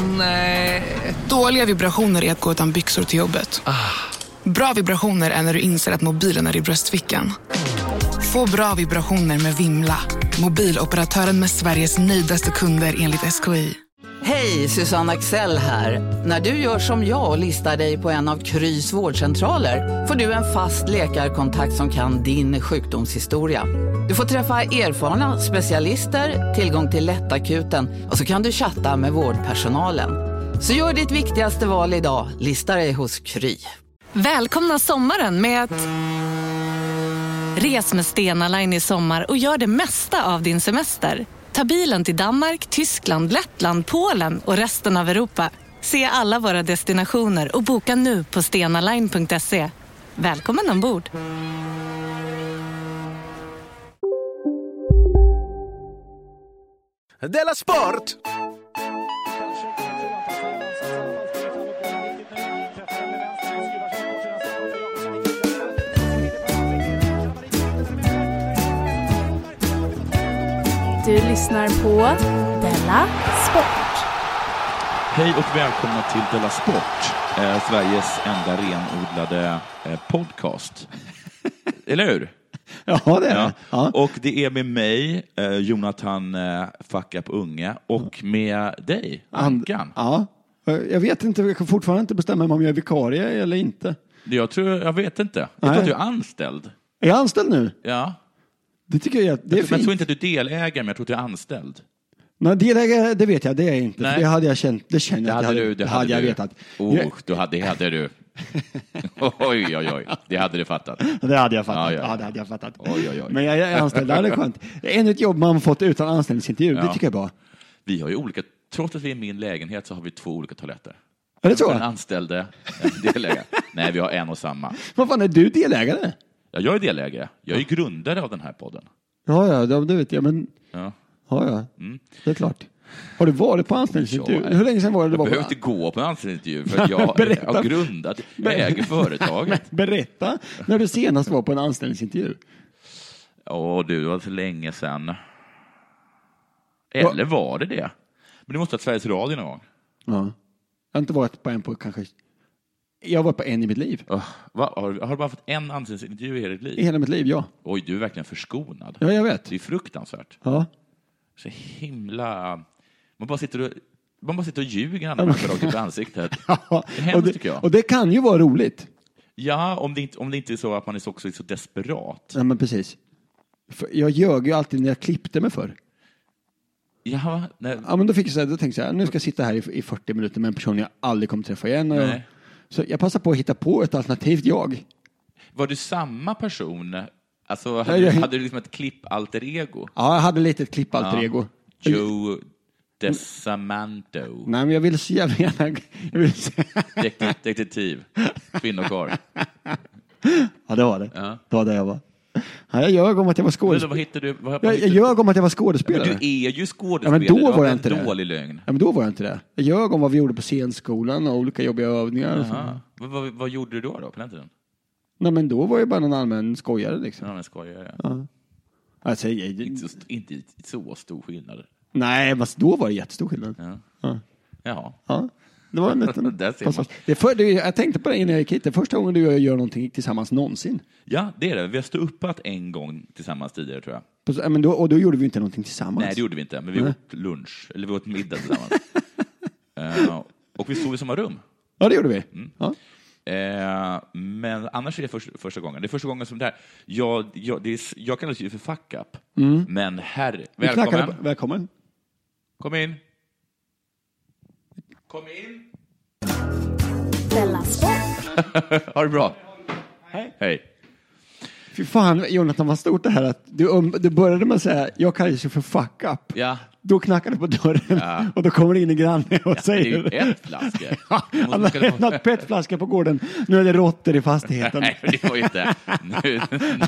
Nej. Dåliga vibrationer är att gå utan byxor till jobbet. Bra vibrationer är när du inser att mobilen är i bröstfickan. Få bra vibrationer med Vimla. Mobiloperatören med Sveriges nöjdaste kunder enligt SKI. Hej, Susanne Axel här. När du gör som jag och listar dig på en av Krys vårdcentraler får du en fast läkarkontakt som kan din sjukdomshistoria. Du får träffa erfarna specialister, tillgång till lättakuten och så kan du chatta med vårdpersonalen. Så gör ditt viktigaste val idag, lista dig hos Kry. Välkomna sommaren med att... Res med Stena Line i sommar och gör det mesta av din semester. Ta bilen till Danmark, Tyskland, Lettland, Polen och resten av Europa. Se alla våra destinationer och boka nu på stenaline.se. Välkommen ombord! Della Sport! Du lyssnar på Della Sport. Hej och välkomna till Della Sport, Sveriges enda renodlade podcast. Eller hur? Ja, det är det. Ja. Och det är med mig, Jonathan Fuck Up Unge, och med dig, Ankan. Ja, jag vet inte, jag kan fortfarande inte bestämma om jag är vikarie eller inte. Jag vet inte. Jag tror att du är anställd. Är jag anställd nu? Ja. Det tycker jag det är fint. Jag tror inte att du är delägare, men jag tror att du är anstådd. Nej, delägare, det vet jag, det är jag inte. Nej. Det hade jag känt, det känner jag. Det hade jag vetat. Det hade du. Oj. Det hade du fattat. Det hade jag fattat. Ja. Det hade jag fattat. Oj. Men jag är anställd, det är skönt. Ännu ett jobb man fått utan anställningsintervju, det tycker jag är bra. Vi har ju olika, trots att vi är i min lägenhet så har vi 2 olika toaletter. Är det så? En anställde, en delägare. Nej, vi har en och samma. Vad fan, är du delägare? Ja, jag är delägare. Jag är grundare av den här podden. Ja, det vet jag, men... Ja. Det är klart. Har du varit på anställningsintervju? Hur länge sedan var det? Jag behöver inte gå på en anställningsintervju för att jag har grundat, jag äger företaget. Berätta när du senast var på en anställningsintervju. Det var så länge sedan. Eller var det? Men du måste ha Sveriges Radio någon gång. Ja. Jag har inte varit på en på kanske... Jag har varit på en i mitt liv. Har du bara fått en anställningsintervju i hela ditt liv? I hela mitt liv, ja. Oj, du är verkligen förskonad. Ja, jag vet. Det är fruktansvärt. Ja. Så himla... Man bara sitter och ljuger när man får rakt i ansiktet. Ja. Det är hemskt, tycker jag. Och det kan ju vara roligt. Ja, om det inte är så att man är också så desperat. Ja, men precis. För jag ljög ju alltid när jag klippte mig för. Ja, men då tänkte jag, nu ska jag sitta här i 40 minuter med en person jag aldrig kommer träffa igen. Så jag passar på att hitta på ett alternativt jag. Var du samma person? Alltså, hade du liksom ett klipp-alter-ego? Ja, jag hade lite ett klipp-alter-ego. Joe DeSamanto. Nej, men jag vill se... Detektiv. Kvinnokar. Ja, det var det. Ja. Det var det jag var. Ja, jag ljög om att jag var skådespelare. Vad hittade du? Jag ljög om att jag var skådespelare. Ja, men du är ju skådespelare. Ja, men då var jag inte det. Dålig lögn. Ja, men då var jag inte det. Jag ljög om vad vi gjorde på scenskolan och olika jobbiga övningar. Och så. Vad gjorde du då på den tiden? Nej, men då var jag bara någon allmän skojare liksom. Ja, men skojare. Ja. Alltså, inte så stor skillnad. Nej, men då var det jättestor skillnad. Ja. Ja. Det var en liten... Jag tänkte på det innan jag gick hit. Det är första gången du och jag gör någonting tillsammans någonsin. Ja, det är det. Vi har ståuppat en gång tillsammans tidigare, tror jag. Men då gjorde vi inte någonting tillsammans. Nej, det gjorde vi inte. Men vi åt lunch. Eller vi åt middag tillsammans. Och vi stod i samma rum. Ja, det gjorde vi. Ja. Men annars är det första gången. Det är första gången som det här. Jag kallas ju för fuck up. Men välkommen. Välkommen. Kom in. Kom in. Della Sport. Ha det bra. Hej. Fy fan, Jonathan, vad stort det här att du började med att säga jag kallas ju för fuck up. Ja. Då knackar du på dörren och då kommer det in en granne och säger... Det är ju petflaskor. Han har lämnat petflaskor på gården. Nu är det råttor i fastigheten. Nej, det var ju inte. Nu.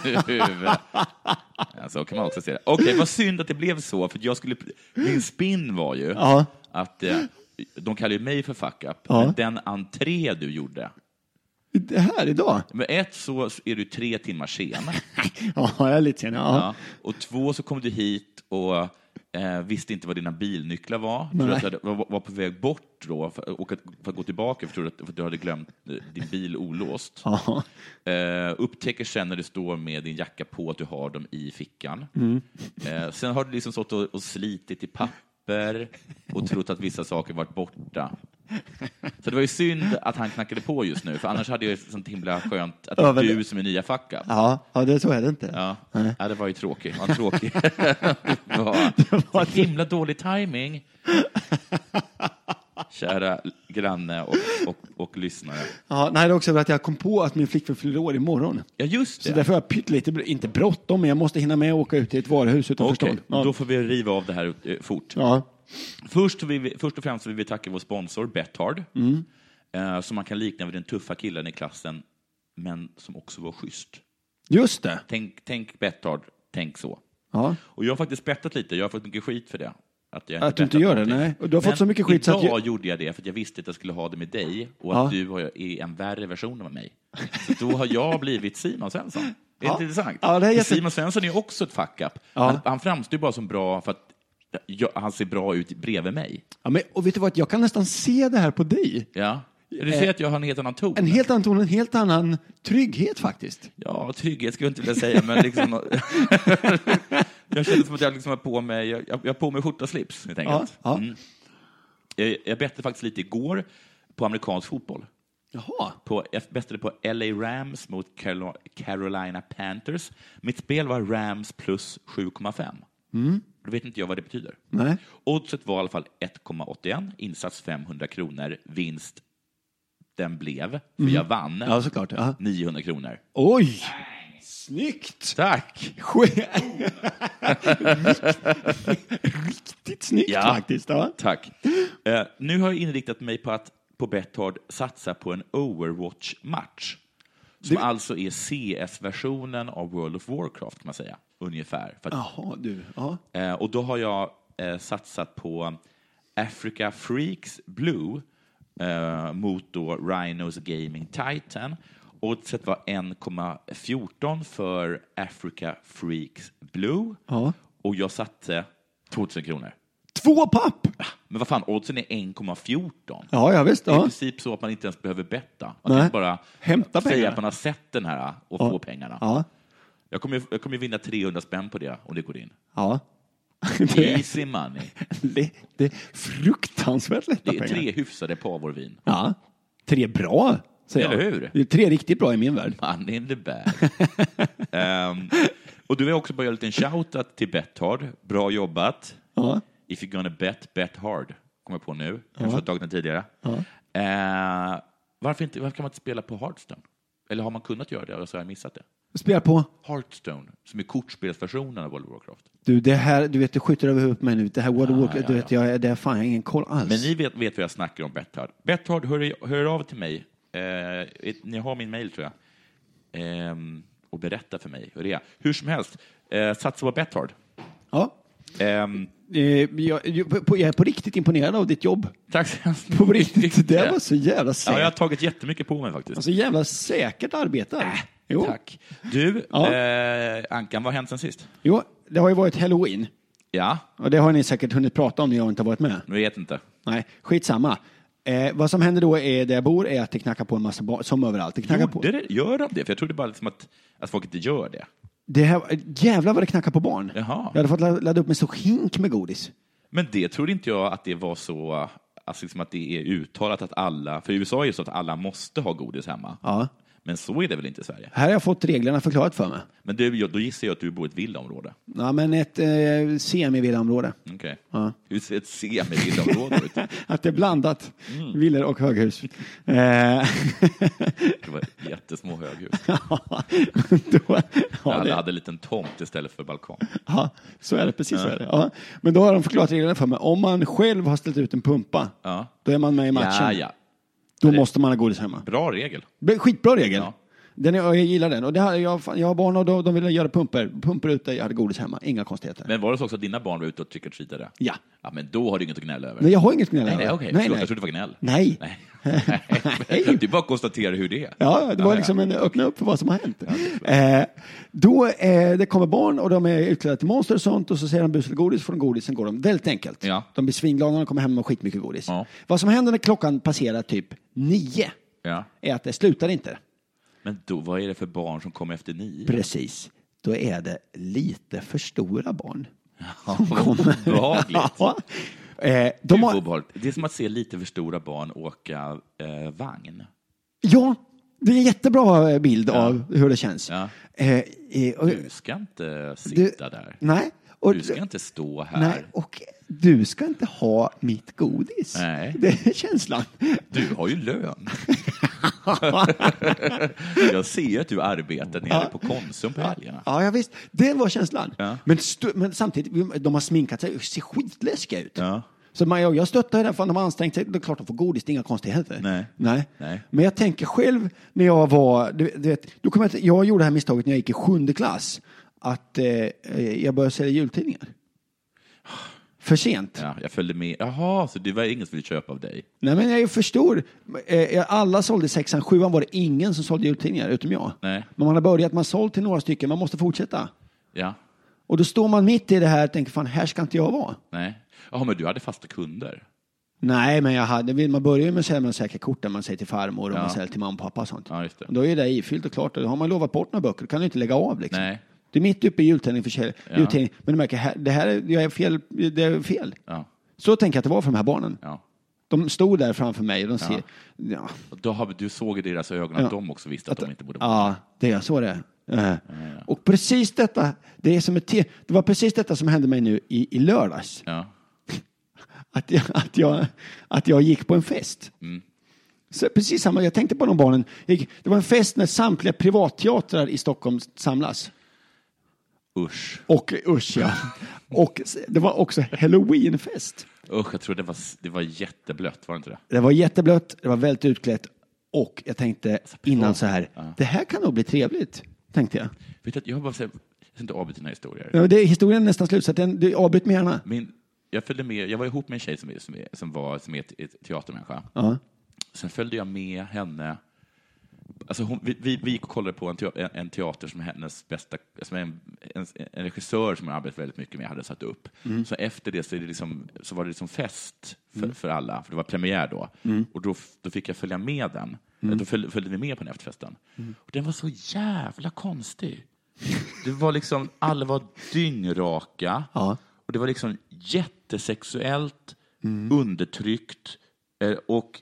Ja, så kan man också se det. Okej, vad synd att det blev så. För min spin var ju att de kallar ju mig för fuck up. Men den entré du gjorde... Det här idag? Men så är du 3 timmar sen. Ja, jag är lite sen. Ja. Och 2 så kom du hit och visste inte vad dina bilnycklar var. För att du var på väg bort då för att gå tillbaka för att du hade glömt din bil olåst. Upptäcker sen när du står med din jacka på att du har dem i fickan. Sen har du liksom stått och slitit i papper och trott att vissa saker varit borta. Så det var ju synd att han knackade på just nu, för annars hade jag sånt himla skönt att det är du som är nya fuck up. Ja, det så är det inte. Ja, det var ju tråkigt. Det var himla dålig timing. Kära granne och lyssnare. Ja, nej, det är också att jag kom på att min flickvän fyller år imorgon. Ja, just det. Så därför har jag pyttelite, inte bråttom, men jag måste hinna med och åka ut till ett varuhus utanför stan. Ja. Då får vi riva av det här fort. Ja. Först och främst vill vi tacka vår sponsor Betthard, som man kan likna vid den tuffa killen i klassen, men som också var schysst. Just det. Tänk Betthard, tänk så. Ja. Och jag har faktiskt bettat lite, jag har fått mycket skit för det. Att du inte gör det, nej. Och du har fått så mycket skit så att idag gjorde jag det för att jag visste att jag skulle ha det med dig och att du är en värre version av mig. Så då har jag blivit Simon Svensson. Det är inte intressant. Ja, det är Simon Svensson är också ett fuck up. Han framstår bara som bra för att han ser bra ut bredvid mig. Ja, men, och vet du vad, jag kan nästan se det här på dig. Ja. Du ser att jag har en helt annan ton. En helt annan ton, en helt annan trygghet faktiskt. Ja, trygghet skulle jag inte vilja säga, men liksom... jag känner som att jag liksom har på mig... Jag har på mig skjorta och slips, helt enkelt. Ja. Jag bettade faktiskt lite igår på amerikansk fotboll. Jaha. Jag bettade på LA Rams mot Carolina Panthers. Mitt spel var Rams plus 7,5. Då vet inte jag vad det betyder. Nej. Oddset var i alla fall 1,81. Insats 500 kronor. Vinst den blev. För jag vann. Ja, såklart. Ja. 900 kronor. Oj! Snyggt! Tack! Riktigt snyggt faktiskt. Ja. Tack. Nu har jag inriktat mig på att på Betthard satsa på en Overwatch-match. Som alltså är CS-versionen av World of Warcraft, kan man säga. Ungefär. Jaha, du. Ja. Och då har jag satsat på Africa Freaks Blue mot då Rhinos Gaming Titan. Oddset var 1,14 för Africa Freaks Blue. Ja. Och jag satte 2000 kronor. 2 papp! Men vad fan, oddsen är 1,14. Ja, visst. Det är i princip så att man inte ens behöver betta. Man kan bara hämta säga pengar. Att man har sett den här och få pengarna. Ja. Jag kommer vinna 300 spänn på det om det går in. Ja. Easy money. Det är fruktansvärt lätta pengar. Det är 3 hyfsade pavorvin. Ja. 3 bra, säger Eller jag. hur? Det är 3 riktigt bra i min värld. Man in the bag. Och du vill också bara göra en liten shoutout till Betthard. Bra jobbat. Ja. If you're gonna bet hard. Kommer på nu. Kanske har tagit den tidigare. Ja. Varför kan man inte spela på Hearthstone? Eller har man kunnat göra det och så har jag missat det? Spela på Hearthstone, som är kortspelsversionen av World of Warcraft. Du, det här, du vet, du skjuter över huvudet på mig nu. Det här World of Warcraft, du vet, det är fan ingen koll alls. Men ni vet vad jag snackar om Betthard. Betthard, hör av till mig. Ni har min mail, tror jag. Och berätta för mig hur det är. Hur som helst, satsa på Betthard. Ja. Jag är på riktigt imponerad av ditt jobb. Tack så hemskt. På riktigt, det var så jävla säkert. Ja, jag har tagit jättemycket på mig faktiskt. Alltså jävla säkert arbete. Jo. Tack. Du, Ankan, vad har hänt sen sist? Jo, det har ju varit Halloween. Ja. Och det har ni säkert hunnit prata om när jag inte har varit med. Jag vet inte. Nej, skitsamma. Vad som händer då är där jag bor är att det knackar på en massa barn, som överallt. Det knackar på. Gör de det? För jag trodde bara liksom att folk inte gör det. Det här, jävlar vad det knackar på barn. Jaha. Jag hade fått ladda upp med så hink med godis. Men det trodde inte jag att det var så, alltså liksom att det är uttalat att alla, för i USA är det så att alla måste ha godis hemma. Ja. Men så är det väl inte i Sverige? Här har jag fått reglerna förklarat för mig. Men då gissar jag att du bor i ett villaområde. Ja, men ett semi-villaområde. Okej. Ja. Hur ser ett semi-villaområde ut? Att det är blandat. Villor och höghus. Det var jättesmå höghus. Alla hade en liten tomt istället för balkong. Ja, så är det. Precis så är det. Ja. Men då har de förklarat reglerna för mig. Om man själv har ställt ut en pumpa, då är man med i matchen. Ja. Då måste man ha godis hemma. Bra regel. Skitbra regel. Jag gillar den. Och jag har barn och de ville göra pumper ute. Jag hade godis hemma. Inga konstigheter. Men var det så också att dina barn var ute och trick-or-treatade? Ja. Ja, men då har du inget att gnälla över. Nej, jag har inget att gnälla över. Nej, okej. Nej. Jag trodde det var gnäll. Nej. Du bara konstaterar hur det är. Ja, det var liksom en öppna upp för vad som har hänt. Det kommer barn och de är utklädda till monster och sånt och så säger de bus eller godis, får de godis, sen går de. Väldigt enkelt. Ja. De blir svinglada när de kommer hem med skitmycket godis. Ja. Vad som händer när klockan passerar typ 9 är att det slutar inte. Men då, vad är det för barn som kommer efter 9? Precis. Då är det lite för stora barn. Ja, obehagligt. Ja. Det är som att se lite för stora barn åka vagn. Ja, det är en jättebra bild av hur det känns. Ja. Du ska inte sitta där. Nej. Du ska inte stå här. Nej, och du ska inte ha mitt godis. Nej. Det är känslan. Du har ju lön. Jag ser att du arbetar nere på Konsum på helgerna. Ja, visst. Det var känslan. Ja. Men samtidigt, de har sminkat sig och ser skitläskiga ut. Ja. Så jag stöttar den för att de har ansträngt sig. Det är klart att de får godis, det är inga konstigheter. Nej. Men jag tänker själv när jag var... Du vet, jag gjorde det här misstaget när jag gick i 7:e klass. Att jag började sälja jultidningar. För sent. Ja, jag följde med. Jaha, så det var ingen som ville köpa av dig? Nej, men jag förstår. Alla sålde 6:an, 7:an var det ingen som sålde jultidningar, utom jag. Nej. Men man har börjat, man sålt till några stycken, man måste fortsätta. Ja. Och då står man mitt i det här och tänker, fan, här ska inte jag vara. Nej. Jaha, men du hade fasta kunder? Nej, men man börjar ju med att sälja med säkra kort där man säger till farmor och man säljer till mamma och pappa och sånt. Ja, just det. Och då är det ifyllt och klart. Då har man lovat bort några böcker, då kan du inte lägga av liksom. Nej. Det är mitt uppe i jultidning för jultidning. Men du märker, det är fel. Ja. Så tänker jag att det var för de här barnen. Ja. De stod där framför mig och de ser... Ja. Du såg i deras ögon att de också visste att de inte borde vara. Ja, det är så det är. Och precis detta, det var precis detta som hände mig nu i lördags. Ja. Att jag gick på en fest. Mm. Så precis samma, jag tänkte på de barnen. Det var en fest när samtliga privatteatrar i Stockholm samlas. Usch. Ja. Och det var också Halloweenfest. Usch, jag tror det var jätteblött, var det inte det? Det var jätteblött, det var väldigt utklätt. Och jag tänkte innan så här, det här kan nog bli trevligt, tänkte jag. Vet du, jag ska inte avbryta dina historier. Ja, historien är nästan slut, så du avbryt mig gärna. Jag följde med, jag var ihop med en tjej som är teatermänniska. Sen följde jag med henne. Alltså vi gick och kollade på en teater som hennes bästa, som en regissör som jag arbetat väldigt mycket med hade satt upp. Mm. Så efter det så var det liksom fest för alla, för det var premiär då. Mm. Och då fick jag följa med den. Då följde vi med på den efterfesten. Och den var så jävla konstig. Det var liksom, alla var dyngraka. Ja. Och det var liksom jättesexuellt, undertryckt och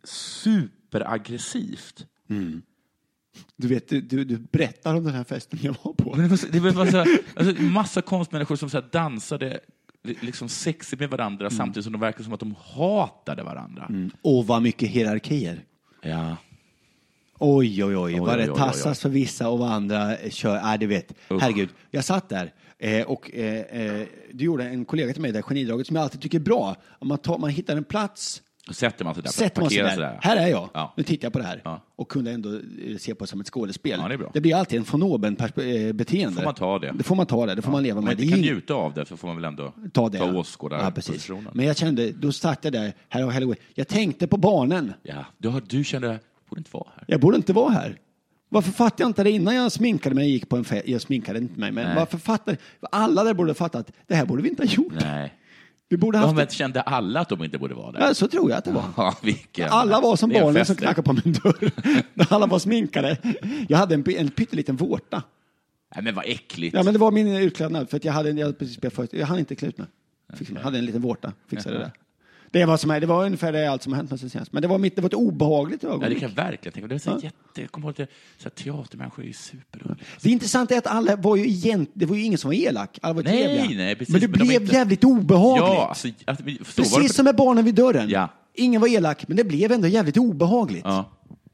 superaggressivt. Mm. Du vet, du berättar om den här festen jag var på. Det var så här, alltså, massa konstmänniskor som så här dansade liksom sexigt med varandra samtidigt som de verkade som att de hatade varandra. Och vad mycket hierarkier. Ja. Oj, vad det tassas för vissa och vad andra kör. Du vet, herregud. Jag satt där och du gjorde en kollega till mig där, Genidraget, som jag alltid tycker är bra. Man hittar en plats. Och sätter man sig där. Här är jag. Ja. Nu tittar jag på det här. Ja. Och kunde ändå se på det som ett skådespel. Ja, det är bra. Det blir alltid en von oben-beteende. Får man ta det? Det får man ta det. Det får man leva med. Om man inte kan njuta av det så får man väl ändå ta åskådarpositionen. Men jag kände, då satt jag där, här och Halloween. Jag tänkte på barnen. Ja, du kände, jag borde inte vara här. Jag borde inte vara här. Varför fattade jag inte det innan jag sminkade mig? Gick på en jag sminkade inte mig. Men varför fattade alla där borde fatta att det här borde vi inte ha gjort. Nej. Vi borde haft men kände alla att de inte borde vara där? Ja, så tror jag att det var. Ja, alla var som barnen som knackade på min dörr. Alla var sminkade. Jag hade en pytteliten vårta. Nej, men vad äckligt. Ja, men det var min utklädnad. För att jag hann inte klä ut mig. Jag hade en liten vårta. Fixade det. Det var ungefär det allt som har hänt med senast. Men det var ett obehagligt ögonblick. Ja, det kan jag verkligen tänka. Det var jag kommer ihåg att teatermänniskor är superunderliga. Det intressanta är att alla var ju det var ju ingen som var elak. Alla var trevliga. Nej, precis. Men det blev jävligt obehagligt. Ja, alltså, precis som med barnen vid dörren. Ja. Ingen var elak, men det blev ändå jävligt obehagligt. Ja.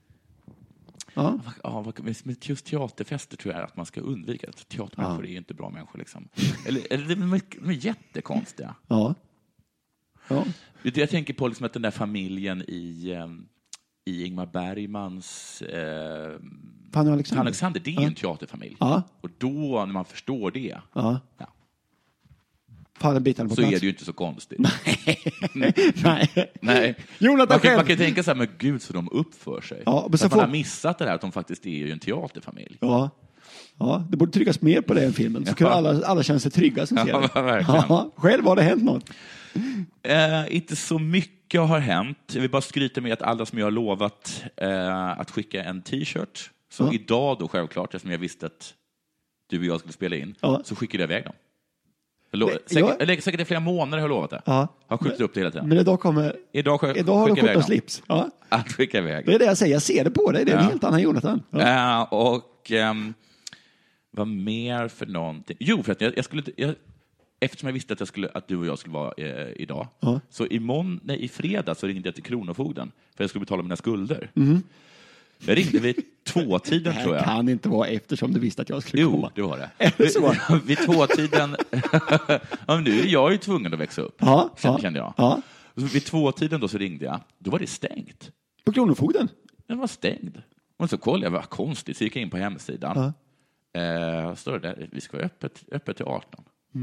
Med just teaterfester tror jag att man ska undvika. Teatermänniskor är ju inte bra människor liksom. Eller de är jättekonstiga. Ja. Jag tänker på liksom att den där familjen i Ingmar Bergmans Fanny och Alexander. Alexander, det är ju en teaterfamilj. Ja. Och då, när man förstår det, så är det ju inte så konstigt. Nej. Man kan tänka så här, men gud, så de uppför sig. Ja, så man har missat det här att de faktiskt är ju en teaterfamilj. Ja, det borde tryckas mer på det i filmen. Så kan alla känna sig trygga som ser det. Verkligen. Ja, själv har det hänt något? Inte så mycket har hänt. Jag vill bara skryta med att alla som jag har lovat att skicka en t-shirt. Så idag då självklart, eftersom jag visste att du och jag skulle spela in, så skickade jag iväg dem. Säkert i flera månader har jag lovat det. Jag har skjutit upp det hela tiden. Men idag har du skjutit och slips. Att skicka iväg. Det är det jag säger. Jag ser det på dig. Det är en helt annan Jonathan. Vad mer för någonting? Jo, för att eftersom jag visste att du och jag skulle vara idag. Så i fredag så ringde jag till Kronofogden. För jag skulle betala mina skulder. Jag ringde vid 2-tiden, tror jag. Det kan inte vara eftersom du visste att jag skulle komma. Jo, det var det. Vid 2-tiden... nu är jag ju tvungen att växa upp. Kände jag. Vid 2-tiden då så ringde jag. Då var det stängt. På Kronofogden? Den var stängd. Och så kollade jag, vad konstigt. Så gick jag in på hemsidan. Står det där, vi ska vara öppet till 18.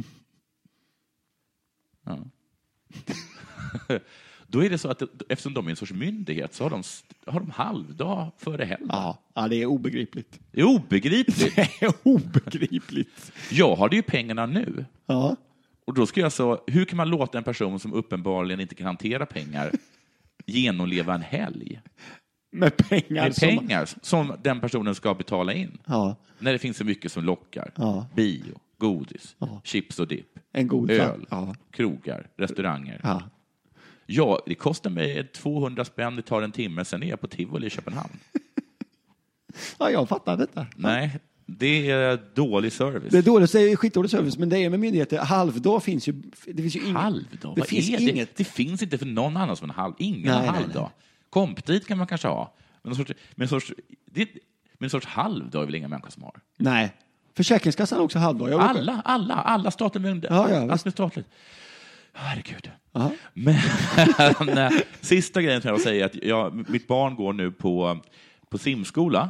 Då är det så att eftersom de är en sorts myndighet så har de halvdag före helgen. Ja, det är obegripligt. Det är obegripligt. Obegripligt. Jag har det ju pengarna nu. Ja. Och då ska jag hur kan man låta en person som uppenbarligen inte kan hantera pengar genomleva en helg? Med pengar som den personen ska betala in. När det finns så mycket som lockar. Bio, godis, chips och dipp. En god öl, krogar, restauranger. Ja, det kostar mig 200 spänn, det tar en timme, sen är jag på Tivoli i Köpenhamn. Jag fattar detta. Nej, det är dålig service. Det är skitdålig service, men det är med myndigheter. Halvdag finns ju... Det finns ju inget. Halvdag? Det finns inget. Det finns inte för någon annan som ingen halvdag. Komptid kan man kanske ha. Men en sorts halvdag är väl inga människor som har. Nej. Försäkringskassan har också halvdag. Alla statliga myndigheter. Allt är statligt. Herregud. Men sista grejen som jag vill säga är att mitt barn går nu på simskola.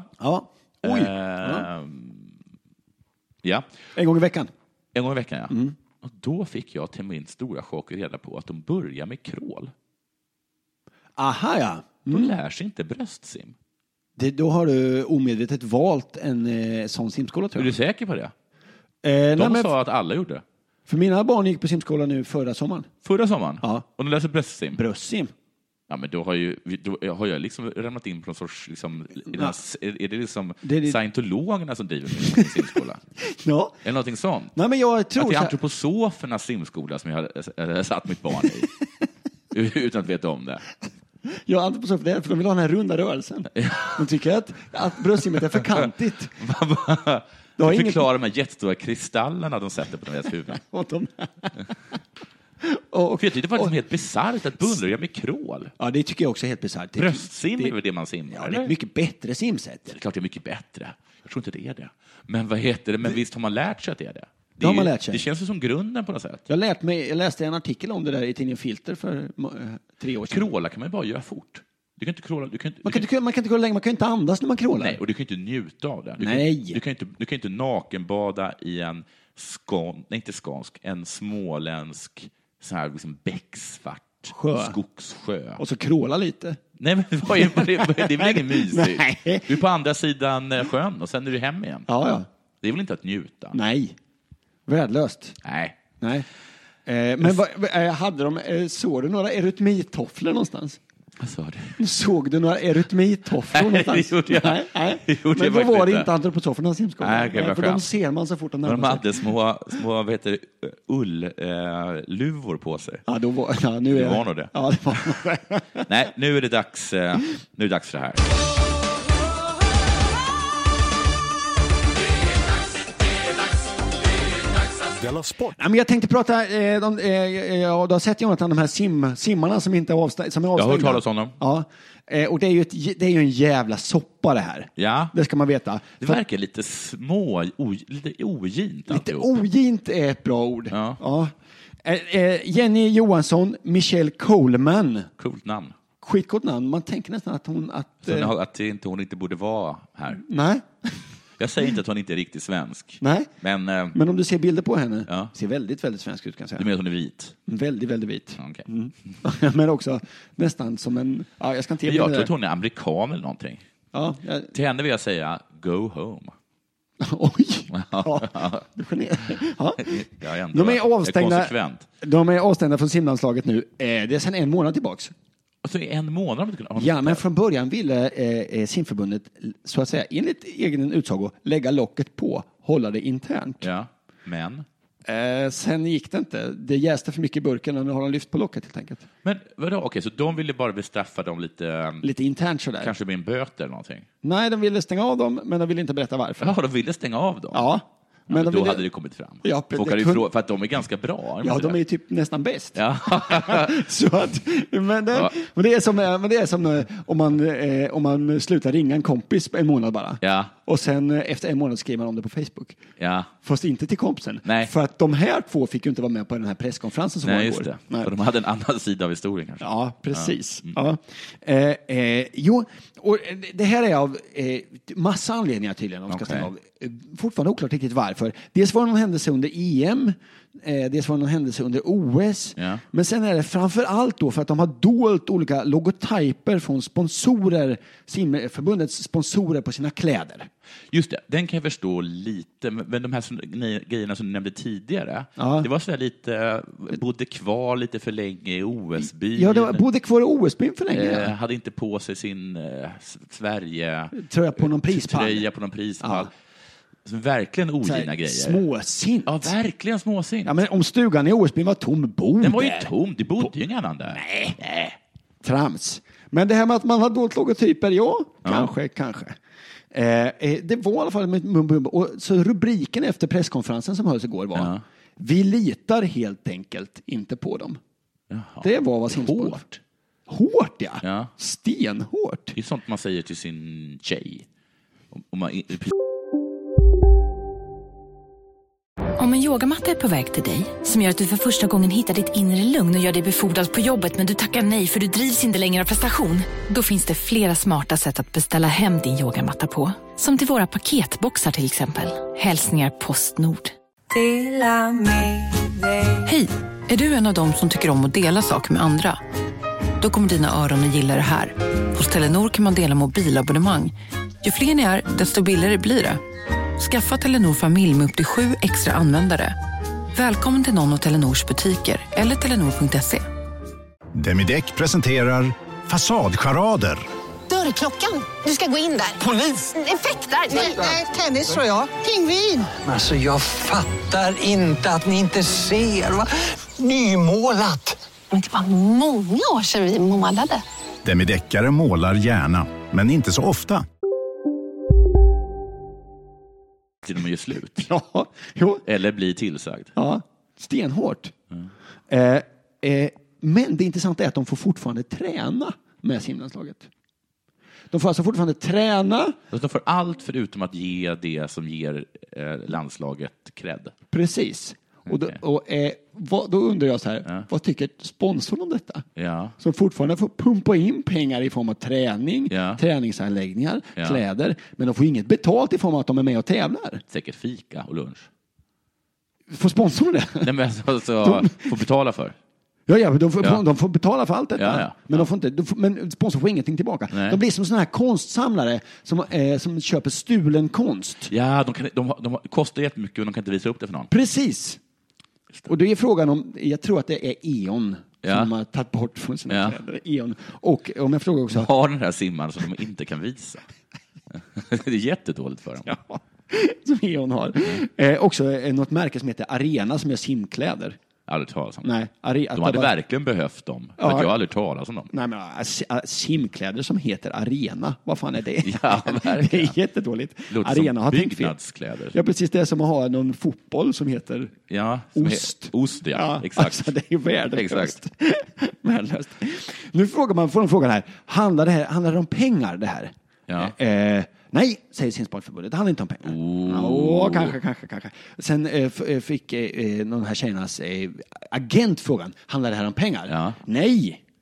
En gång i veckan. Och då fick jag till min stora chock reda på att de börjar med crawl. De lär sig inte bröstsim. Då har du omedvetet valt en sån simskola, tror jag. Är du säker på det? Sa att alla gjorde det. För mina barn gick på simskola nu förra sommaren. Förra sommaren? Ja. Och de läser bröstsim? Bröstsim. Ja, men då har jag liksom ramlat in på någon sorts... är det liksom scientologerna som driver med simskola? Ja. Eller någonting sånt? Nej, men jag tror att det är antroposofernas simskola som jag har satt mitt barn i. Utan att veta om det. Jag har antroposofer det, för de vill ha den här runda rörelsen. De tycker att bröstsimmet är för kantigt. Förklara de här jättestora kristallerna de sätter på deras huvuden. Och jag tyckte det var liksom helt bisarrt att börja med crawl. Ja, det tycker jag också är helt bisarrt. Bröstsim är väl det man simmar? Ja, det är ett mycket bättre simsätt. Det är klart det är mycket bättre. Jag tror inte det är det. Men vad heter det? Men visst har man lärt sig att det är det? Det har man lärt sig. Det känns ju som grunden på något sätt. Jag läste en artikel om det där i tidningen Filter för 3 år sedan. Crawla kan man bara göra fort. Du kan inte crawla. Man kan inte gå länge, man kan inte andas när man crawlar. Nej, och du kan inte njuta av det. Du kan inte nakenbada i en en småländsk så här liksom becksvart skogssjö. Och så crawla lite. Nej, men det är väl ingen mysigt. Du är på andra sidan sjön och sen är du hem igen. Ja. Det är väl inte att njuta? Nej. Värdelöst. Nej. Men såg du några erytmitofflor någonstans? Vad sa du? Såg du några erytmitofflor någonstans? Nej, det gjorde jag. Nej. Men då var det inte antroposoferna simskolan. Nej, för de ser man så fort de närmar sig. De hade små ull-luvor på sig. Ja, nu är det var nog det. Ja, det var nog det. Nej, nu är det dags för det här. Men jag tänkte prata, du har sett Jonathan, de här simmarna som inte är avstängda. Jag har hört talas om dem. Ja, och det är ju en jävla soppa det här. Ja. Det ska man veta. Det verkar lite lite ogint. Lite ogint är ett bra ord. Ja. Jenny Johansson, Michelle Coleman. Coolt namn. Skitgott namn. Man tänker nästan att hon... Att hon inte borde vara här. Nej. Jag säger inte att hon inte är riktigt svensk. Nej, men om du ser bilder på henne, ser väldigt, väldigt svensk ut kan jag säga. Du menar att hon är vit? Väldigt, väldigt vit. Okay. Men också nästan som en... Ja, jag ska inte jag tror att hon är amerikan eller någonting. Ja, Till henne vill jag säga, go home. Oj! De är avstängda från simlandslaget nu. Det är sedan en månad tillbaks. Alltså en månad? Ja, men från början ville simförbundet, så att säga, enligt egen utsago, lägga locket på, hålla det internt. Ja, men? Sen gick det inte. Det jäste för mycket i burken och nu har de lyft på locket helt enkelt. Men vadå? Okej, så de ville bara bestraffa dem lite internt sådär. Kanske med en böter eller någonting? Nej, de ville stänga av dem, men de ville inte berätta varför. Ja, de ville stänga av dem? Ja. Men då hade det kommit fram. Ja, för att de är ganska bra. Ja, de är ju typ nästan bäst. Ja. Så att, men det är som om man slutar ringa en kompis en månad bara. Ja. Och sen efter en månad skriver man om det på Facebook. Ja. Fast inte till kompisen. Nej. För att de här två fick ju inte vara med på den här presskonferensen som var igår. Just det. Nej. För de hade en annan sida av historien kanske. Ja, precis. Ja. Jo, och det här är av massa anledningar tydligen. De ska stänga av. Fortfarande oklart riktigt varför. Dels var det någon händelse under EM. Dels var det någon händelse under OS. Ja. Men sen är det framför allt då för att de har dolt olika logotyper från sponsorer, simförbundets sponsorer på sina kläder. Just det, den kan jag förstå lite. Men de här grejerna som du nämnde tidigare, det var så här lite, bodde kvar lite för länge i OS-byn. Ja, det var, bodde kvar i OS-byn för länge. Hade inte på sig sin Sverige tröja på någon prispall. Ja. Verkligen ogina grejer. Småsint. Ja, verkligen småsint. Ja, men om stugan i OS-byn var tom, den var ju tom, det bodde ju ingen annan där. Nej. Trams. Men det här med att man har dolt logotyper, kanske. Det var i alla fall och så rubriken efter presskonferensen som hölls igår var vi litar helt enkelt inte på dem. Jaha. Det var vad som hårt, ja. Stenhårt. Det är sånt man säger till sin tjej. Om en yogamatta är på väg till dig, som gör att du för första gången hittar ditt inre lugn och gör dig befordrad på jobbet, men du tackar nej för du drivs inte längre av prestation. Då finns det flera smarta sätt att beställa hem din yogamatta på. Som till våra paketboxar till exempel. Hälsningar Postnord. Hej, är du en av dem som tycker om att dela saker med andra? Då kommer dina öron att gilla det här. Hos Telenor kan man dela mobilabonnemang. Ju fler ni är, desto billigare blir det. Skaffa Telenor familj med upp till 7 extra användare. Välkommen till någon av Telenors butiker eller telenor.se. Demideck presenterar Fasadcharader. Dörrklockan. Du ska gå in där. Polis? Effektar? Nej, tennis tror jag. Pingvin. Alltså jag fattar inte att ni inte ser. Nymålat. Men det var många år sedan vi målade. Demideckare målar gärna, men inte så ofta. Till de gör slut. Ja, jo. Eller blir tillsagd. Ja, stenhårt. Men det intressanta är att de får fortfarande träna med simlandslaget. De får alltså fortfarande träna. De får allt förutom att ge det som ger landslaget cred. Precis. Och då undrar jag så här, vad tycker sponsorn om detta? Ja. Som fortfarande får pumpa in pengar i form av träning, träningsanläggningar, kläder, men de får inget betalt i form av att de är med och tävlar. Säkert fika och lunch. Får sponsorn det? Nej, men alltså, får betala för. Ja, men de får betala för allt detta. Ja. Men de får inte, men sponsor får ingenting tillbaka. Nej. De blir som såna här konstsamlare som köper stulen konst. Ja, de kostar jättemycket och de kan inte visa upp det för någon. Precis. Och det är frågan om, jag tror att det är E.ON som de har tagit bort från sina kläder. E.ON. Och om jag frågar också... Har den här simmaren som de inte kan visa. Det är jättedåligt för dem. Ja, som E.ON har. Också något märke som heter Arena som gör simkläder. Aldrig talas om. Nej, de hade verkligen behövt dem. För att jag aldrig talas om dem. Nej, men simkläder som heter Arena. Vad fan är det? Ja, verkligen. Det är jättedåligt. Arena har byggnadskläder. Ja, precis. Det är som att ha någon fotboll som heter Ost. Ost, ja. Exakt. Alltså, det är värdelöst. Värdelöst. Nu får de frågan här. Handlar det om pengar det här? Ja. Nej, säger Simsportförbundet. Det handlar inte om pengar. Kanske. Sen fick någon här tjejernas agent frågan. Handlar det här om pengar? Ja. Nej,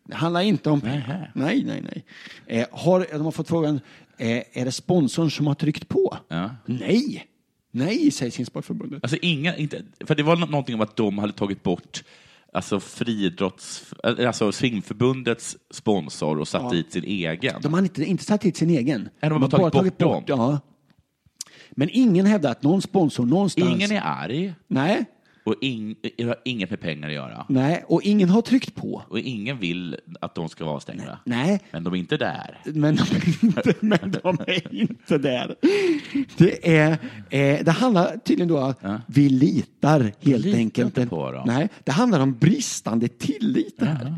Det handlar inte om pengar. Nej. De har fått frågan, är det sponsorn som har tryckt på? Ja. Nej, säger Simsportförbundet. Alltså för det var någonting om att de hade tagit bort alltså Simförbundets sponsor och satt dit sin egen. De har inte satt dit sin egen. De har bara tagit bort dem. Ja. Men ingen hävdar att någon sponsor någonstans... Ingen är arg. Nej. Och har inget med pengar att göra. Nej, och ingen har tryckt på. Och ingen vill att de ska vara stängda. Nej. Men de är inte där. Men de är inte där. Det handlar tydligen då att vi litar helt enkelt. På dem. Nej, det handlar om bristande tillit här.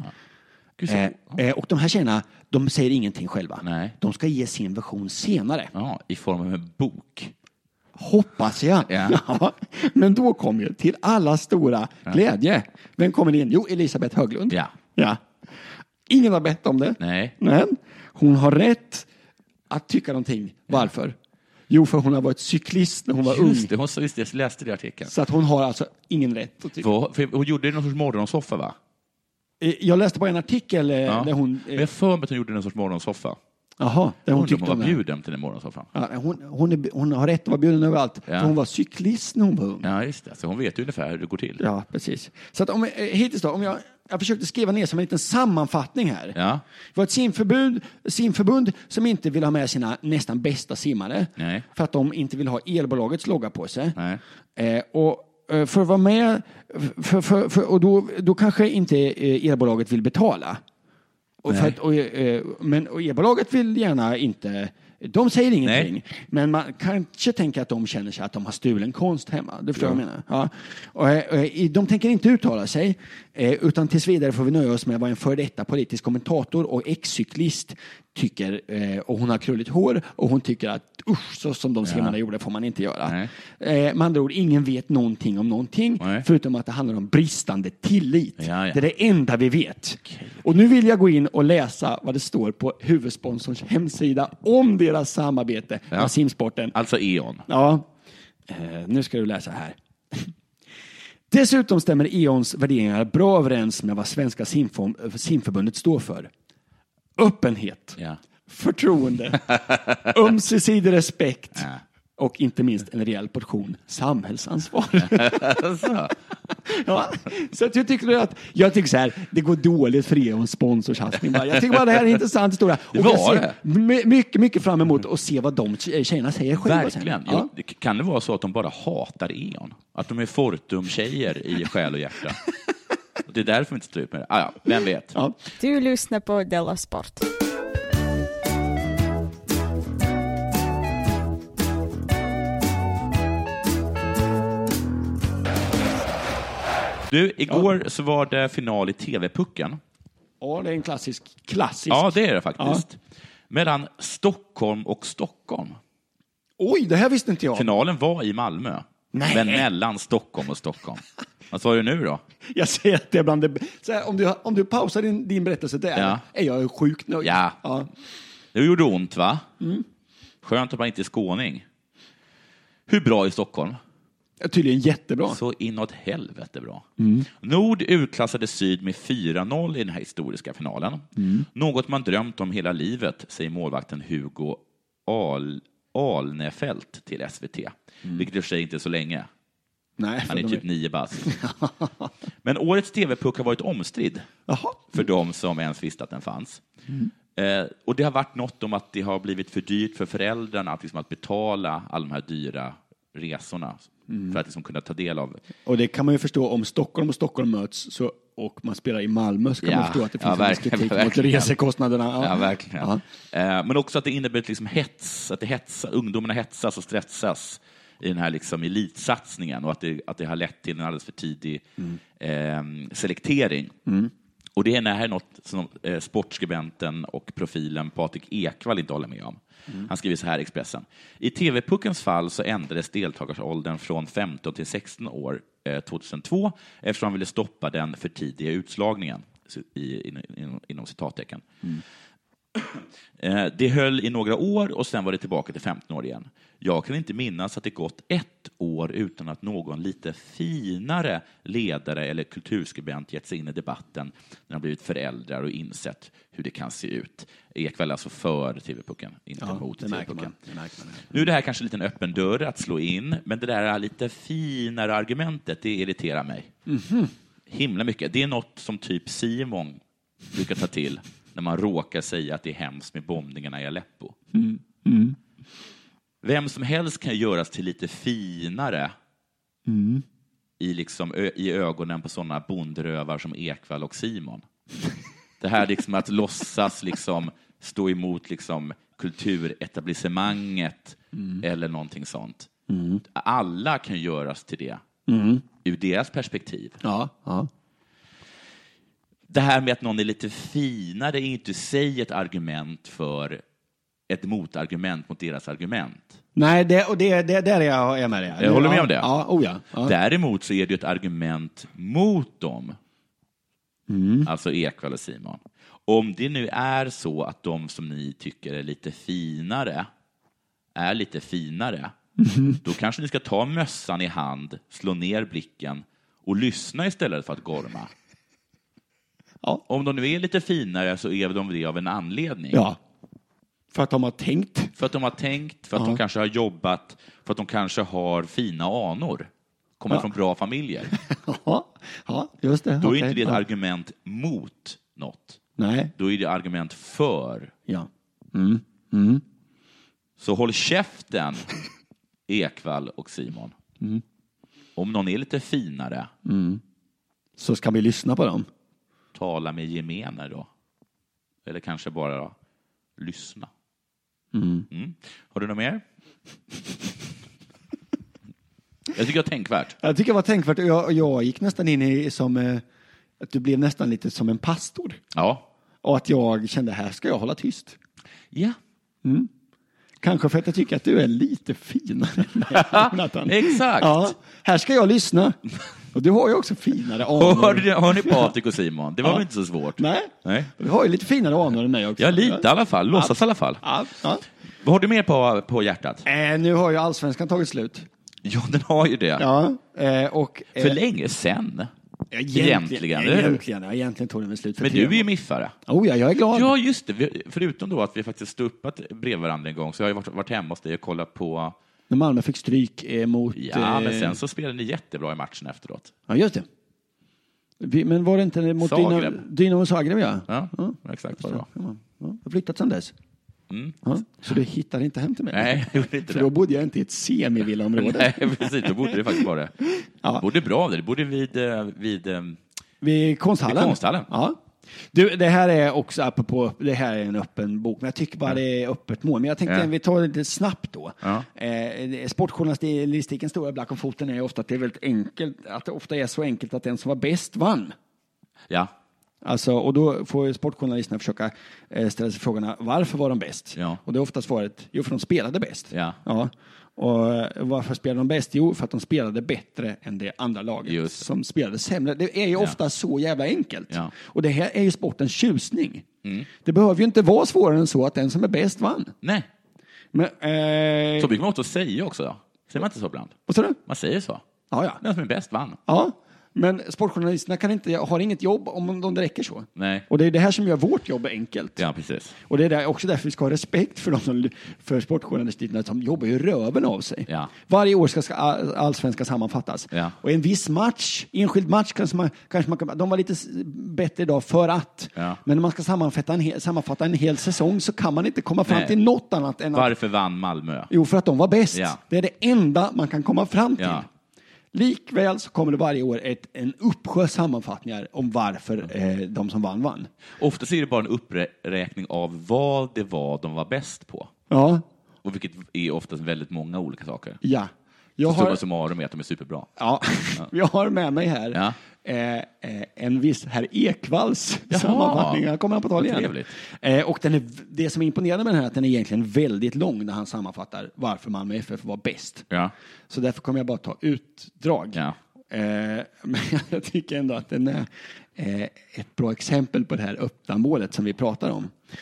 Och de här tjejerna, de säger ingenting själva. Nej. De ska ge sin version senare. Ja, i form av en bok. Hoppas jag. Ja. Men då kommer ju till alla stora glädje. Vem kommer in? Jo, Elisabeth Höglund. Ja. Ingen har bett om det. Nej. Men hon har rätt att tycka någonting. Varför? Jo, för hon har varit cyklist när hon var ung. Just det, jag läste det i artikeln. Så att hon har alltså ingen rätt att tycka. För hon gjorde någon sorts morgonsoffa, va? Jag läste på en artikel där hon... Men jag för mig att hon gjorde någon sorts morgonsoffa. Jaha, där hon tyckte hon var bjuden till den morgonsoffan. Ja, hon har rätt att vara bjuden överallt. Ja. Hon var cyklist när hon var ung. Ja, just det. Så hon vet ju ungefär hur det går till. Ja, precis. Så att hittills då, om jag försökte skriva ner som en liten sammanfattning här. Ja. Det var ett simförbund som inte vill ha med sina nästan bästa simmare. Nej. För att de inte vill ha elbolagets logga på sig. Nej. Och för att vara med, och då kanske inte elbolaget vill betala. Och elbolaget vill gärna inte... De säger ingenting. Nej. Men man kanske tänker att de känner sig att de har stulen konst hemma. Det förstår jag menar. Ja. Och de tänker inte uttala sig. Utan tills vidare får vi nöja oss med vad en före detta politisk kommentator och ex-cyklist tycker. Och hon har krulligt hår. Och hon tycker att så som de simmarna gjorde får man inte göra. Med andra ord, ingen vet någonting om någonting. Nej. Förutom att det handlar om bristande tillit. Ja. Det är det enda vi vet. Okay. Och nu vill jag gå in och läsa vad det står på huvudsponsors hemsida om deras samarbete med simsporten. Alltså E.ON. Ja, nu ska du läsa här. Dessutom stämmer E.ONs värderingar bra överens med vad Svenska simförbundet står för. Öppenhet, förtroende, ömsesidig respekt och inte minst en rejäl portion samhällsansvar. Så att jag tycker så här, det går dåligt för E.ONs sponsorsatsning. Jag tycker bara det här är en intressant historia. Och jag ser mycket fram emot att se vad de tjejerna säger själva. Verkligen. Ja. Kan det vara så att de bara hatar E.ON? Att de är Fortum-tjejer i själ och hjärta? Det är därför vi inte står ut med det. Vem vet? Ja. Du lyssnar på Della Sport. Du, igår så var det final i TV-pucken. Ja, det är en klassisk. Ja, det är det faktiskt. Ja. Mellan Stockholm och Stockholm. Oj, det här visste inte jag. Finalen var i Malmö. Nej. Men mellan Stockholm och Stockholm. Vad sa du nu då? Jag säger att det är bland det... Så här, om du pausar din berättelse där är jag sjukt nöjd. Ja. Det gjorde ont, va? Mm. Skönt att man inte är skåning. Hur bra är Stockholm? Tydligen jättebra. Så inåt helvete bra. Mm. Nord utklassade Syd med 4-0 i den här historiska finalen. Mm. Något man drömt om hela livet, säger målvakten Hugo Alnefelt till SVT. Vilket i och för sig inte är så länge. Nej, han är typ 9 bast. Men årets TV-puck har varit omstridd. För de som ens visste att den fanns. Och det har varit något om att det har blivit för dyrt för föräldrarna att betala alla de här dyra resorna för att kunna ta del av. Och det kan man ju förstå om Stockholm och Stockholm möts och man spelar i Malmö så kan man förstå att det finns en viss kritik mot resekostnaderna. Ja, verkligen. Men också att det innebär hets, att ungdomarna hetsas och stressas i den här elitsatsningen och att det har lett till en alldeles för tidig selektering. Och det är något som sportskribenten och profilen Patrik Ekwall inte håller med om. Han skriver så här i Expressen. I TV-puckens fall så ändrades deltagaråldern från 15 till 16 år 2002 eftersom han ville stoppa den för tidiga utslagningen inom citattecken. Det höll i några år och sen var det tillbaka till 15 år igen. Jag kan inte minnas att det gått 1 år utan att någon lite finare ledare eller kulturskribent gett sig in i debatten när de blivit föräldrar och insett hur det kan se ut. Ekvall alltså för TV-pucken, inte mot TV-pucken. Nu är det här kanske en liten öppen dörr att slå in, men det där lite finare argumentet, det irriterar mig. Himla mycket. Det är något som typ Simon brukar ta till när man råkar säga att det är hemskt med bombningarna i Aleppo. Vem som helst kan göras till lite finare i ögonen på sådana bondrövar som Ekvall och Simon. Det här liksom att låtsas liksom stå emot liksom kulturetablissemanget eller någonting sånt. Alla kan göras till det ur deras perspektiv. Ja. Det här med att någon är lite finare är inte sig ett argument för ett motargument mot deras argument. Nej, där är jag med det. Jag håller med om det. Ja. Däremot så är det ett argument mot dem. Alltså Ekvall och Simon. Om det nu är så att de som ni tycker är lite finare, då kanske ni ska ta mössan i hand, slå ner blicken och lyssna istället för att gorma. Ja. Om de nu är lite finare så är de det av en anledning. Ja. För att de har tänkt. För att de kanske har jobbat, för att de kanske har fina anor. Kommer från bra familjer. Ja, just det. Då är inte det ett argument mot något. Nej. Då är det argument för. Ja. Så håll käften, Ekvall och Simon. Om någon är lite finare. Så ska vi lyssna på dem. Tala med gemene då. Eller kanske bara lyssna. Har du något mer? Jag tycker det var tänkvärt. Jag tycker det var tänkvärt. Jag gick nästan in i som att du blev nästan lite som en pastor. Ja. Och att jag kände, här ska jag hålla tyst. Ja. Kanske för att jag tycker att du är lite finare. Exakt. Ja, här ska jag lyssna. Och du har ju också finare anor. Hör ni Patrik och Simon? Det var väl inte så svårt? Nej. Du har ju lite finare anor än mig också. Ja, lite i alla fall. Låtsas i alla fall. Ja. Vad har du mer på hjärtat? Nu har ju Allsvenskan tagit slut. Ja, den har ju det. Ja, och för länge sedan. Egentligen tog den väl slut. Men du är ju miffare. Jag är glad. Ja, just det. Förutom då att vi faktiskt stuppat bredvid varandra en gång, så jag har varit hemma hos dig och kollat på... När Malmö fick stryk mot... Ja, men sen så spelade ni jättebra i matchen efteråt. Ja, just det. Men var det inte mot Dynamo Zagreb? Ja, exakt. Vad bra. Jag har flyttat sedan dess. Ja, så du hittar inte hem till mig? Nej, jag gjorde inte för då bodde jag inte i ett semi-villaområde. Nej, precis. Då bodde det faktiskt bara. Du bodde bra där. Du bodde vid konsthallen. Ja. Du, det här är också apropå, det här är en öppen bok, men jag tycker bara det är öppet mål. Men jag tänkte att vi tar det lite snabbt då. Sportjournalistikens stora black om foten är ofta att det är väldigt enkelt, att det ofta är så enkelt att den som var bäst vann. Ja. Alltså, och då får sportjournalisterna försöka ställa sig frågorna, varför var de bäst? Ja. Och det är ofta svaret, för de spelade bäst. Ja. Och varför spelade de bäst? Jo, för att de spelade bättre än det andra laget som spelade sämre. Det är ju ofta så jävla enkelt. Ja. Och det här är ju sportens tjusning. Det behöver ju inte vara svårare än så att den som är bäst vann. Nej. Men, så brukar man också säga också då. Säger man inte så ibland? Vad sa du? Man säger så. Ja. Den som är bäst vann. Ja. Men sportjournalisterna har inget jobb om de räcker så. Nej. Och det är det här som gör vårt jobb enkelt. Ja, precis. Och det är också därför vi ska ha respekt för sportjournalisterna som jobbar ju röven av sig. Ja. Varje år ska allsvenska sammanfattas. Ja. Och en viss enskild match kanske man de var lite bättre idag för att. Ja. Men när man ska sammanfatta en hel säsong så kan man inte komma fram till något annat än Varför vann Malmö? Jo, för att de var bäst. Ja. Det är det enda man kan komma fram till. Ja. Likväl så kommer det varje år en uppsjö sammanfattningar om varför de som vann. Ofta är det bara en uppräkning av vad det var de var bäst på. Ja. Och vilket är oftast väldigt många olika saker. Ja. Summa summarum är att de är superbra. Ja. Jag har med mig här en viss herr Ekvalls sammanfattning. Jag kommer på tal igen. Och det som är imponerande med den här är att den är egentligen väldigt lång när han sammanfattar varför Malmö FF var bäst. Ja. Så därför kommer jag bara ta utdrag. Ja. Men jag tycker ändå att den är ett bra exempel på det här öppna målet som vi pratar om.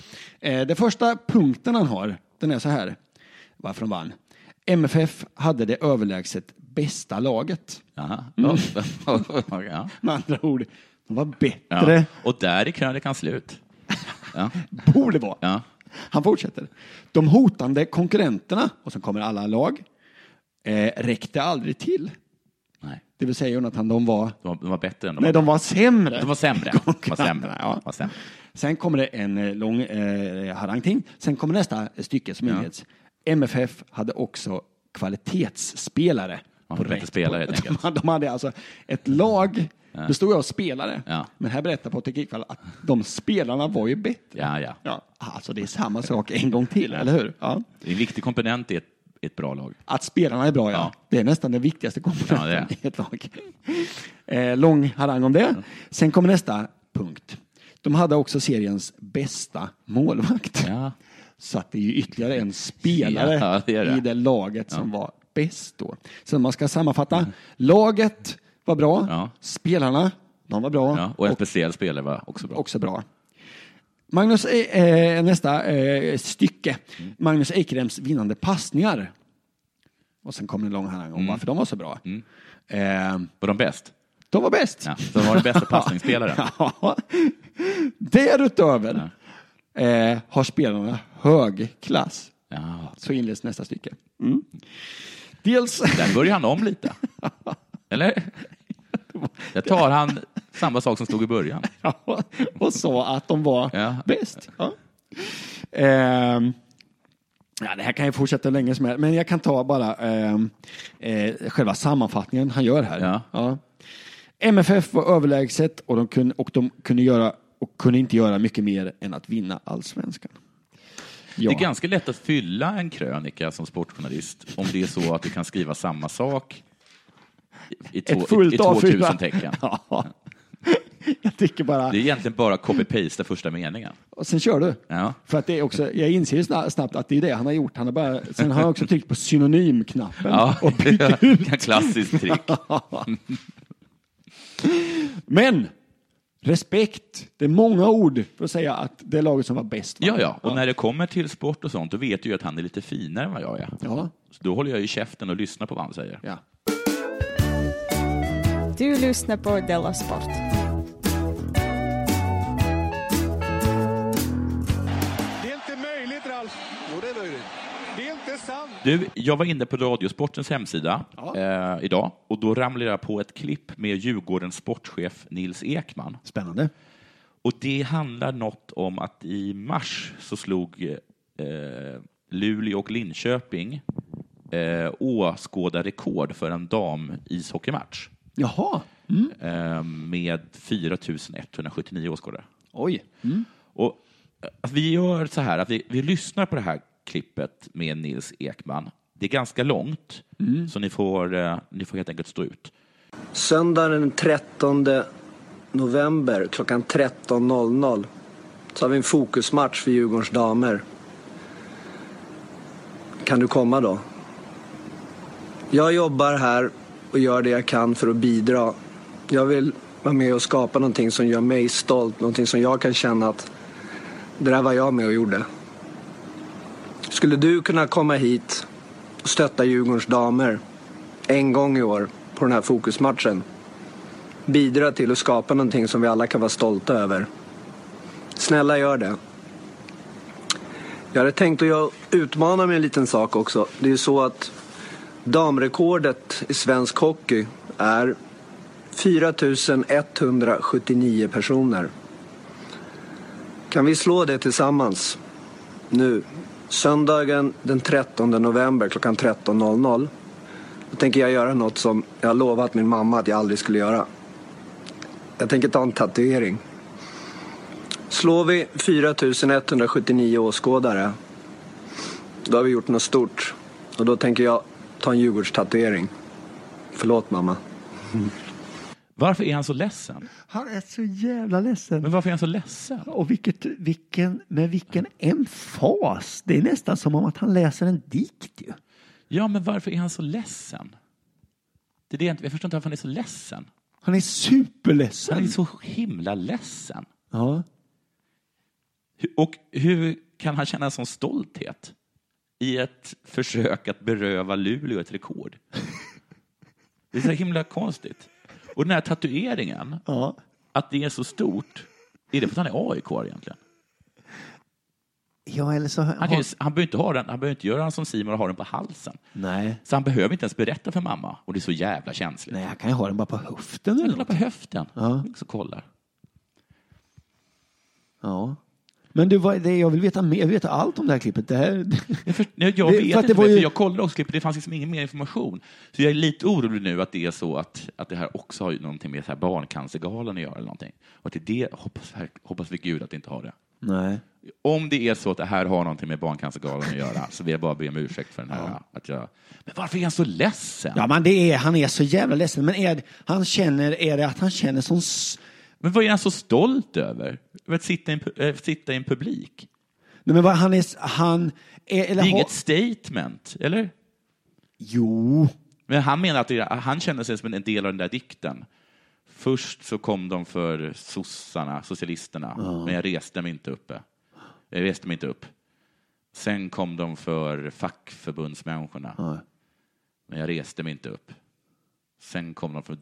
Det första punkten han har, den är så här. Varför de vann. MFF hade det överlägset bästa laget. Jaha. Ja. Med andra ord, de var bättre. Ja. Och där är krönikan slut. Ja. Borde vara. Ja. Han fortsätter. De hotande konkurrenterna, och så kommer alla lag, räckte aldrig till. Nej. Det vill säga, Jonathan, de var bättre än de var. Nej, de var sämre. De var sämre. Ja. Sen kommer det en lång harangting. Sen kommer nästa stycke som inleds. MFF hade också kvalitetsspelare. På rätt spelare, helt enkelt. De hade alltså ett lag bestod av spelare. Ja. Men här berättar Patrik Ekwall att de spelarna var ju bättre. Ja. Alltså det är samma sak en gång till, eller hur? Ja. Det är en viktig komponent i ett bra lag. Att spelarna är bra, ja. Det är nästan den viktigaste komponenten i ett lag. Lång harang om det. Sen kommer nästa punkt. De hade också seriens bästa målvakt. Ja. Så att det är ju ytterligare en spelare i det laget som var bäst då. Så man ska sammanfatta. Laget var bra. Spelarna, de var bra. Ja. Och en speciell spelare var också bra. Magnus, nästa stycke. Magnus Eikerems vinnande passningar. Och sen kommer en lång harang om varför de var så bra. Var de bäst? De var bäst. Ja, de var den bästa passningsspelaren. Därutöver har spelarna hög klass. Så inleds nästa stycke. Dels... Där börjar han om lite. Eller? Där tar han samma sak som stod i början. Och sa att de var bäst. Det här kan jag fortsätta länge som helst. Men jag kan ta bara själva sammanfattningen han gör här. MFF var överlägset och de kunde inte göra mycket mer än att vinna allsvenskan. Det är ganska lätt att fylla en krönika som sportjournalist om det är så att du kan skriva samma sak i 2000 tecken. Jag tycker bara... Det är egentligen bara copy-paste första meningen. Och sen kör du. För att det är också, jag inser snabbt att det är det han har gjort. Sen har han också tryckt på synonymknappen. Och bytt ut. En klassisk trick. Men respekt, det är många ord för att säga att det är laget som var bäst. Och när det kommer till sport och sånt, då vet du ju att han är lite finare än vad jag är. Så då håller jag ju käften och lyssnar på vad han säger. Du lyssnar på Della Sport. Det är inte möjligt, Ralf. Jo, det är möjligt. Det är inte sant. Du, jag var inne på Radiosportens hemsida idag och då ramlade jag på ett klipp med Djurgårdens sportchef Nils Ekman. Spännande. Och det handlar något om att i mars så slog Luleå och Linköping åskådarrekord för en dam-ishockeymatch. Jaha. Med 4179 åskådare. Oj. Och vi gör så här att vi lyssnar på det här klippet med Nils Ekman. Det är ganska långt, så ni får helt enkelt stå ut. Söndagen den 13 november klockan 13.00 så har vi en fokusmatch för Djurgårdens damer. Kan du komma då? Jag jobbar här och gör det jag kan för att bidra. Jag vill vara med och skapa någonting som gör mig stolt. Någonting som jag kan känna att det där var jag med och gjorde. Skulle du kunna komma hit och stötta Djurgårdens damer en gång i år på den här fokusmatchen? Bidra till att skapa någonting som vi alla kan vara stolta över. Snälla gör det. Jag hade tänkt att utmana med en liten sak också. Det är så att damrekordet i svensk hockey är 4179 personer. Kan vi slå det tillsammans nu? Söndagen den 13 november klockan 13.00. Då tänker jag göra något som jag har lovat min mamma att jag aldrig skulle göra. Jag tänker ta en tatuering. Slår vi 4179 åskådare, då har vi gjort något stort. Och då tänker jag ta en Djurgårdstatuering. Förlåt mamma. Varför är han så ledsen? Han är så jävla ledsen. Men varför är han så ledsen? Och vilken emfas. Det är nästan som om att han läser en dikt ju. Ja, men varför är han så ledsen? Det är det jag förstår inte varför han är så ledsen. Han är superledsen. Han är så himla ledsen. Ja. Och hur kan han känna en sån stolthet i ett försök att beröva Luleå ett rekord? Det är så himla konstigt. Och den här tatueringen, att det är så stort, är det för att han är AIK egentligen? Ja, eller så han behöver inte ha den. Han behöver inte göra den som Simon och ha den på halsen. Nej. Så han behöver inte ens berätta för mamma. Och det är så jävla känsligt. Nej, han kan ju ha den bara på höften. Eller bara på höften. Ja. Så kollar. Ja. Men du, jag vill veta mer. Jag vill veta allt om det här klippet. Det här... Jag vet inte, för jag kollade också klippet. Det fanns liksom ingen mer information. Så jag är lite orolig nu att det är så att det här också har någonting med så här barncancergalan att göra eller någonting. Och att det hoppas vi Gud att det inte har det. Nej. Om det är så att det här har någonting med barncancergalan att göra, så vill jag bara be om ursäkt för den här. Men varför är han så ledsen? Ja, men han är så jävla ledsen. Men är det att han känner sån... Men vad är han så stolt över? Att sitta i en publik? Nej, men vad det är inget statement, eller? Jo. Men han menar att han känner sig som en del av den där dikten. Först så kom de för socialisterna, men jag reste mig inte upp. Sen kom de för fackförbundsmänniskorna, men jag reste mig inte upp. Sen kom de för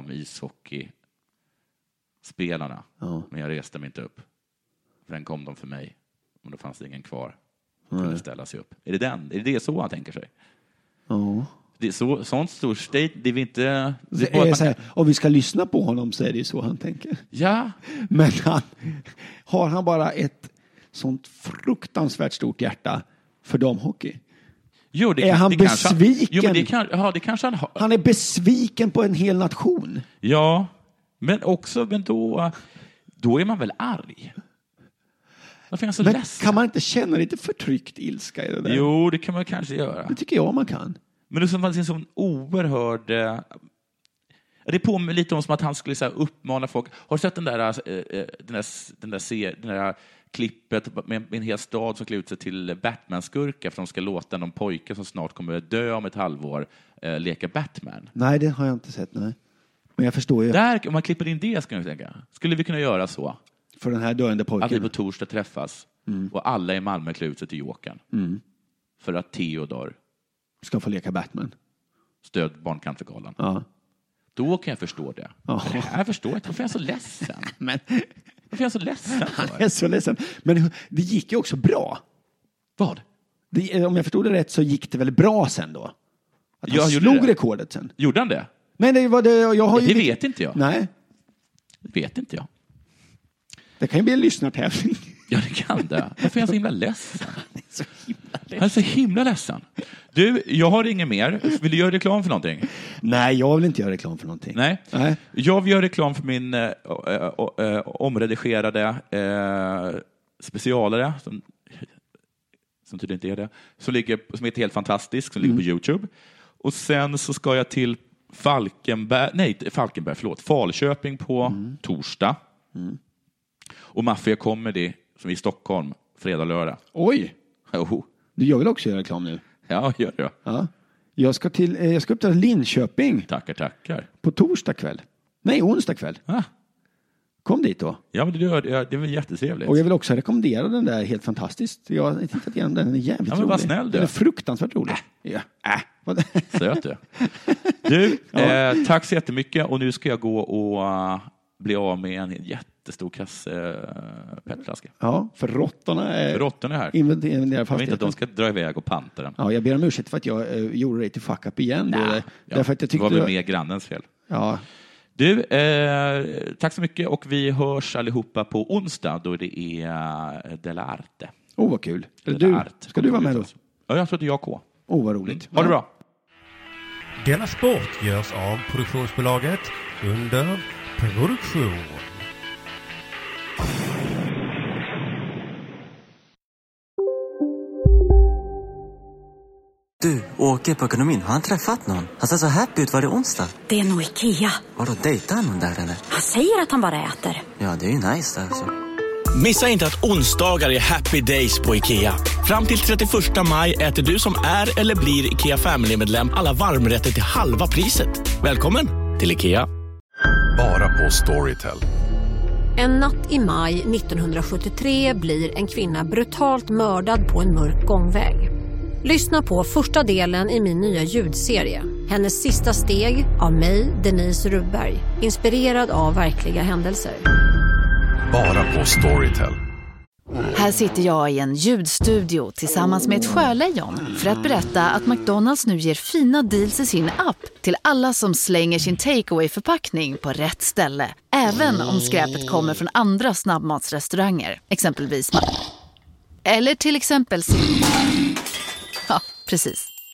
damishockeyspelarna, men jag reste mig inte upp. Sen kom de för mig, men då fanns det ingen kvar som kunde ställa sig upp. Är det så han tänker sig? Ja. Det är sånt stort state, det är vi inte... Om vi ska lyssna på honom så är det så han tänker. Ja. Men har han bara ett sånt fruktansvärt stort hjärta för damhockey? Jo, är han besviken? Det kanske han har. Han är besviken på en hel nation. Ja, men då är man väl arg? Varför är han så ledsen? Kan man inte känna lite förtryckt ilska i det där? Jo, det kan man kanske göra. Det tycker jag man kan. Men det fanns en sån oerhörd... Det påminner lite om som att han skulle så här, uppmana folk. Har du sett den där klippet med en hel stad som klär ut sig till Batman-skurka för de ska låta någon pojke som snart kommer att dö om ett halvår leka Batman? Nej, det har jag inte sett. Nej. Men jag förstår ju. Där, om man klipper in det skulle vi kunna göra så. För den här döende pojken. Att vi på torsdag träffas och alla i Malmö klär ut sig till Jokern. För att Theodor ska få leka Batman. Stöd barncancergalan. Ja. Då kan jag förstå det. Ja. Jag förstår inte. Varför är jag så ledsen? Varför är jag så ledsen? Han är så ledsen. Men det gick ju också bra. Vad? Om jag förstod det rätt så gick det väl bra sen då? Att han slog rekordet sen. Gjorde han det? Men det var det. Det vet inte jag. Nej. Det vet inte jag. Det kan ju bli en lyssnartävling. Ja, det kan det. Varför är jag så himla ledsen? Han är så himla ledsen. Du, jag har inget mer. Vill du göra reklam för någonting? Nej, jag vill inte göra reklam för någonting. Nej. Jag vill göra reklam för min omredigerade specialare som tydligen inte är det. Som är helt fantastisk, som ligger på YouTube. Och sen så ska jag till Falköping på torsdag. Och Mafia Comedy som är i Stockholm fredag, lördag. Oj! Jag vill också göra reklam nu. Ja, gör det. Ja. Jag ska upp till Linköping. Tackar. På torsdag kväll. Nej, onsdag kväll. Kom dit då. Ja, men det är väl jättetrevligt. Och jag vill också rekommendera den där helt fantastiskt. Jag har tittat igenom den är jävligt rolig. Vad snäll du. Den är fruktansvärt rolig. Söt du. Du, tack så jättemycket. Och nu ska jag gå och bli av med en jättestor kasse petflaska. Ja, för råttorna är här. Inventera jag vet inte att de ska dra iväg och panta den. Ja, jag ber om ursäkt för att jag gjorde det till fuck up igen. Därför att jag tyckte det var väl med grannens fel. Ja. Du, tack så mycket och vi hörs allihopa på onsdag då det är Delarte. Vad kul. Ska du vara med då? Ja, jag tror att det är jag K. Vad roligt. Ha det bra. Denna sport görs av produktionsbolaget Under Produktion. Du, Åke på ekonomin, har han träffat någon? Han ser så happy ut, var det onsdag? Det är nog Ikea. Vadå, dejtar han någon där eller? Han säger att han bara äter. Ja, det är ju nice där alltså. Missa inte att onsdagar är happy days på Ikea. Fram till 31 maj äter du som är eller blir Ikea Family-medlem alla varmrätter till halva priset. Välkommen till Ikea. Bara på Storytel. En natt i maj 1973 blir en kvinna brutalt mördad på en mörk gångväg. Lyssna på första delen i min nya ljudserie. Hennes sista steg av mig, Denise Rubberg. Inspirerad av verkliga händelser. Bara på Storytel. Här sitter jag i en ljudstudio tillsammans med ett sjölejon för att berätta att McDonald's nu ger fina deals i sin app till alla som slänger sin takeaway-förpackning på rätt ställe. Även om skräpet kommer från andra snabbmatsrestauranger, exempelvis eller till exempel ja, precis.